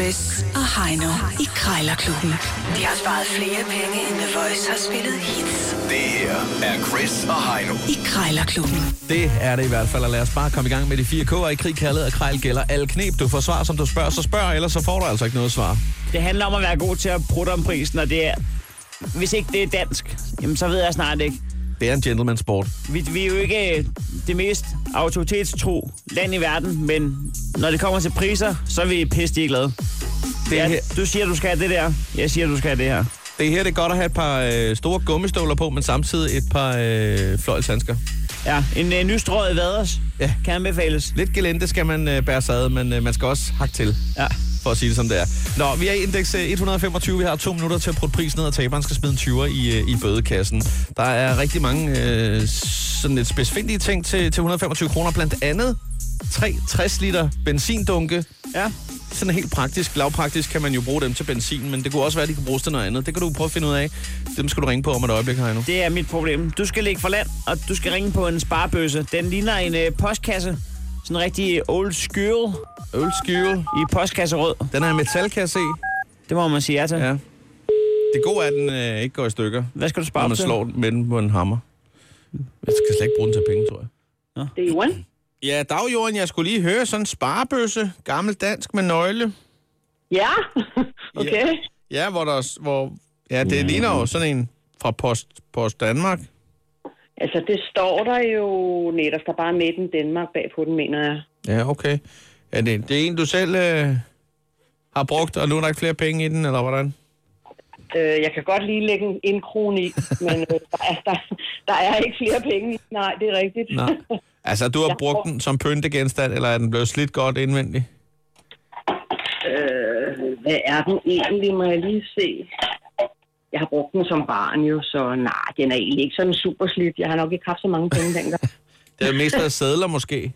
Chris og Heino i Krejlerklubben. De har sparet flere penge, end The Voice har spillet hits. Det her er Chris og Heino I Krejlerklubben. Det er det i hvert fald, og lad os bare komme i gang med de 4 K'er i krig, kaldet og krejl gælder alle knep. Du får svar, som du spørger, så spørg, ellers så får du altså ikke noget svar. Det handler om at være god til at prutte om prisen, og det er... Hvis ikke det er dansk, jamen så ved jeg snart ikke. Det er en gentleman sport. Vi er jo ikke det mest autoritetstro land i verden, men når det kommer til priser, så er vi pisse glade. Du siger, du skal have det der. Jeg siger, du skal have det her. Det her det er godt at have et par store gummistøvler på, men samtidig et par fløjlshandsker. Ja, en nystrøget vaders kan anbefales. Lidt gelente skal man bære sig ad, men man skal også hakke til. Ja. For at sige det som det er. Nå, vi er i indeks 125. Vi har 2 minutter til at putte prisen ned, og taberen skal smide en 20'er i bødekassen. Der er rigtig mange sådan lidt specifikke ting til 125 kroner. Blandt andet 60 liter benzindunke. Ja. Sådan helt praktisk, lavpraktisk kan man jo bruge dem til benzin, men det kunne også være, at de kan bruges til noget andet. Det kan du prøve at finde ud af. Dem skal du ringe på om et øjeblik, Heino. Det er mit problem. Du skal ligge for land, og du skal ringe på en sparebøsse. Den ligner en postkasse. Sådan en rigtig old school. Old school. I postkasserød. Den er metalkasse i. Det må man sige ja til. Ja. Det gode er, at den ikke går i stykker. Hvad skal du spare til? Når man slår med den på en hammer. Jeg skal slet ikke bruge den til penge, tror jeg. Ja. Det er Johan. Ja, dag Johan. Jeg skulle lige høre sådan en sparebøsse. Gammel dansk med nøgle. Ja, okay. Ja, det ligner jo sådan en fra Post Danmark. Altså, det står der jo nederst, der bare Midten Danmark bag på den, mener jeg. Ja, okay. Ja, det er en, du selv har brugt, og nu er der ikke flere penge i den, eller hvordan? Jeg kan godt lige lægge en krone i, men der er ikke flere penge i. Nej, det er rigtigt. Nej. Altså, du har brugt den som pyntegenstand, eller er den blevet slidt godt indvendigt? Hvad er den egentlig, må jeg lige se. Jeg har brugt den som barn jo, så nej, den er egentlig ikke sådan super slidt. Jeg har nok ikke haft så mange penge dengang. Det er mest af sædler måske?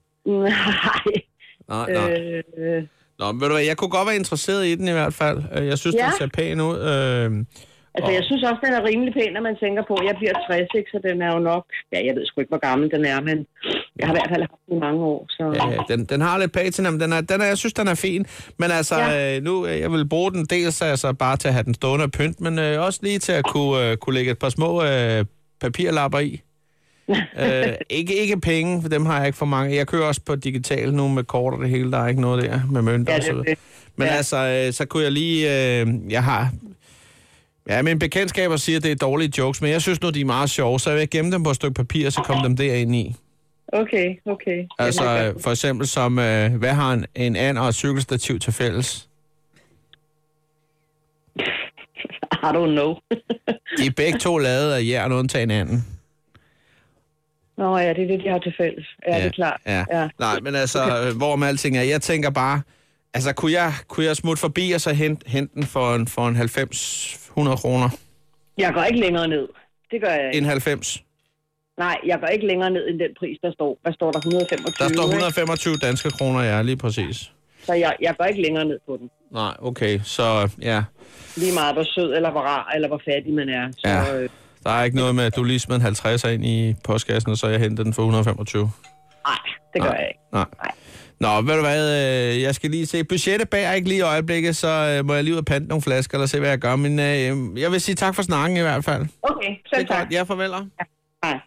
Nej. Nå, men ved du hvad, jeg kunne godt være interesseret i den i hvert fald. Jeg synes, den ser pæn ud. Jeg synes også, den er rimelig pæn, når man tænker på, at jeg bliver 60, ikke? Så den er jo nok... Ja, jeg ved sgu ikke, hvor gammel den er, men jeg har i hvert fald haft den i mange år. Så... Ja, den har lidt patina, men jeg synes, den er fin. Men altså, nu jeg vil bruge den dels altså bare til at have den stående og pynt, men også lige til at kunne lægge et par små papirlapper i. Ikke penge, for dem har jeg ikke for mange. Jeg kører også på digital nu med kort og det hele. Der er ikke noget der med mønter og så videre. Men altså, så kunne jeg lige... jeg har... Ja, mine bekendtskaber siger, at det er dårlige jokes, men jeg synes nu, de er meget sjove, så jeg vil gemme dem på et stykke papir, og så komme dem derind i. Okay. Altså, for eksempel som, hvad har en and og et cykelstativ til fælles? I don't know. De er begge to lavet af jern undtagen anden. Nå ja, det er det, de har til fælles. Ja, det er klart. Ja. Nej, men altså, hvor med alting er, jeg tænker bare, altså, kunne jeg smutte forbi og så hente den for en 90-100 kroner? Jeg går ikke længere ned. Det gør jeg ikke. En 90? Nej, jeg går ikke længere ned end den pris, der står. Hvad står der? 125? Der står 125 danske kroner, ja, lige præcis. Så jeg går ikke længere ned på den. Nej, okay, så ja. Lige meget, hvor sød eller hvor rar eller hvor fattig man er. Så, ja. Der er ikke noget med, at du lige smed en 50'er ind i postkassen, og så jeg hentede den for 125? Nej, det gør jeg ikke. Nej. Nå, ved du hvad, jeg skal lige se. Budgettet bag ikke lige i øjeblikket, så må jeg lige ud og pante nogle flasker, eller se, hvad jeg gør. Men jeg vil sige tak for snakken i hvert fald. Okay, selv tak. Ja, farveler. Ja, hej.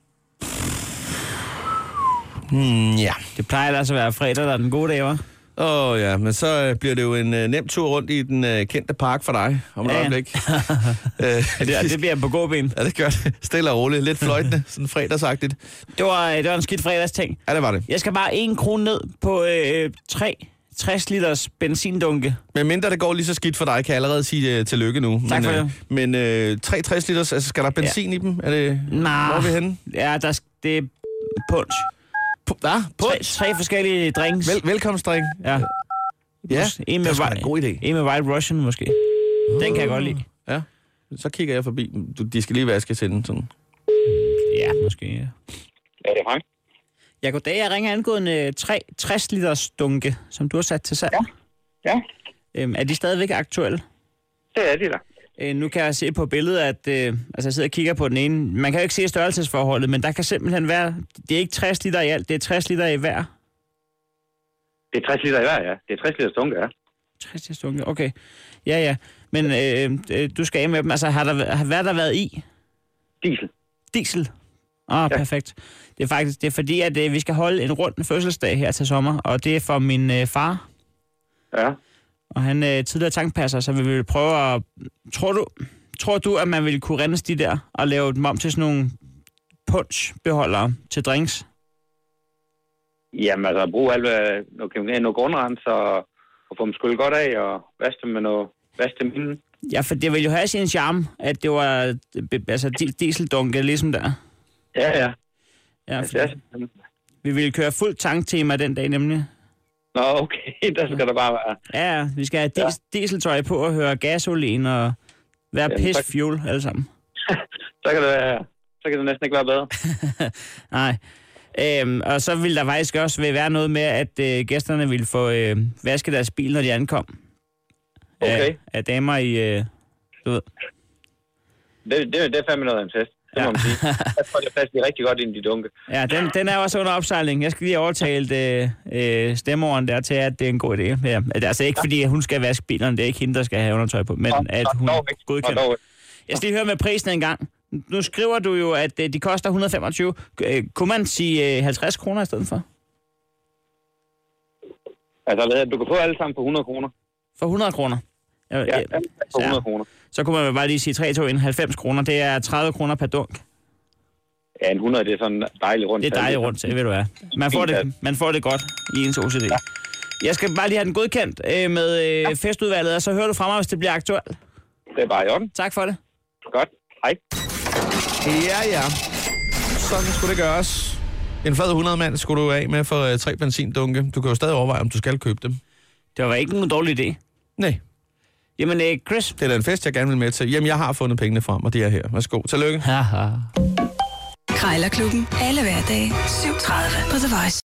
Ja. Det plejer altså at være fredag, der er den gode dag, hva'? Ja, men så bliver det jo en nem tur rundt i den kendte park for dig om et øjeblik. Det bliver på gåben. Ja, det gør det. Stille og roligt. Lidt fløjtende, sådan fredagsagtigt. Det var en skidt fredagsting. Ja, det var det. Jeg skal bare 1 krone ned på 60 liters benzindunke. Men mindre det går lige så skidt for dig, kan jeg allerede sige tillykke nu. Tak for det. Men 60 liters, altså skal der benzin i dem? Er det... Nej. Hvor er vi henne? Ja, det er punch. Punch? 3 forskellige drinks. Velkomstdrink. Ja. Ja, en det er en god idé. En med White Russian måske. Den kan jeg godt lide. Ja, så kigger jeg forbi. De skal lige vaskes inden sådan. Ja, måske, ja. Ja, det er mig. Ja, goddag. Jeg ringer angående 60 liters dunke, som du har sat til salg. Ja. Er de stadigvæk aktuelle? Det er de der. Nu kan jeg se på billedet, at jeg sidder og kigger på den ene. Man kan jo ikke se størrelsesforholdet, men der kan simpelthen være... Det er ikke 60 liter i alt, det er 60 liter i hver. Det er 60 liter i hver, ja. Det er 60 liters dunke, ja. 60 dunke, okay. Ja. Men du skal af med dem. Altså, hvad der været i? Diesel? Ja. Perfekt. Det er fordi, at vi skal holde en rund fødselsdag her til sommer, og det er for min far. Ja. Og han er tidligere tankpasser, så vi vil prøve at... Tror du, at man ville kunne rense de der og lave dem om til sådan nogle punchbeholdere til drinks? Jamen altså, brug noget grundrens og få dem skyllet godt af og vaske dem med noget vaskemiddel. Ja, for det ville jo have sin charme, at det var dieseldunke ligesom der. Ja. Vi ville køre fuld tanktema den dag nemlig. Nå, okay, der skal der bare være. Ja, vi skal have dieseltøj på og høre gasolin og være pis-fuel alle sammen. Så kan det næsten ikke være bedre. Nej. Og så ville der faktisk også være noget med, at gæsterne ville få vasket deres bil, når de ankom. Okay. Af damer i, du ved. Det er fandme noget incest, det må man sige. Jeg tror, det passer rigtig godt ind i de dunke. Ja, den er også under opsejling. Jeg skal lige overtale stemmeoren der til, at det er en god idé. Ja, det er altså ikke, fordi hun skal vaske bilerne. Det er ikke hende, der skal have undertøj på, men at hun godkender. Jeg skal lige høre med prisen en gang. Nu skriver du jo, at de koster 125. Kunne man sige 50 kroner i stedet for? Altså, du kan få alle sammen for 100 kroner. For 100 kroner? Ja, for 100 kroner. Så kunne man bare lige sige 3 til 90 kroner. Det er 30 kroner per dunk. Ja, en 100, det er sådan dejligt rundt. Det er dejligt rundt, ved du hvad. Man får det godt i ens OCD. Ja. Jeg skal bare lige have den godkendt med festudvalget, og så hører du fra mig, hvis det bliver aktuelt. Det er bare i orden. Tak for det. Godt. Hej. Ja. Sådan skulle det gøres. En flad 100 mand skulle du af med for 3 benzindunke. Du kan jo stadig overveje, om du skal købe dem. Det var ikke nogen dårlig idé. Nej. Jamen, Chris. Det er da en fest, jeg gerne vil med til. Jamen, jeg har fundet pengene frem, og det er her. Værsgo. Tillykke. Krejlerklubben. Alle hverdage. 7:30 på The Voice.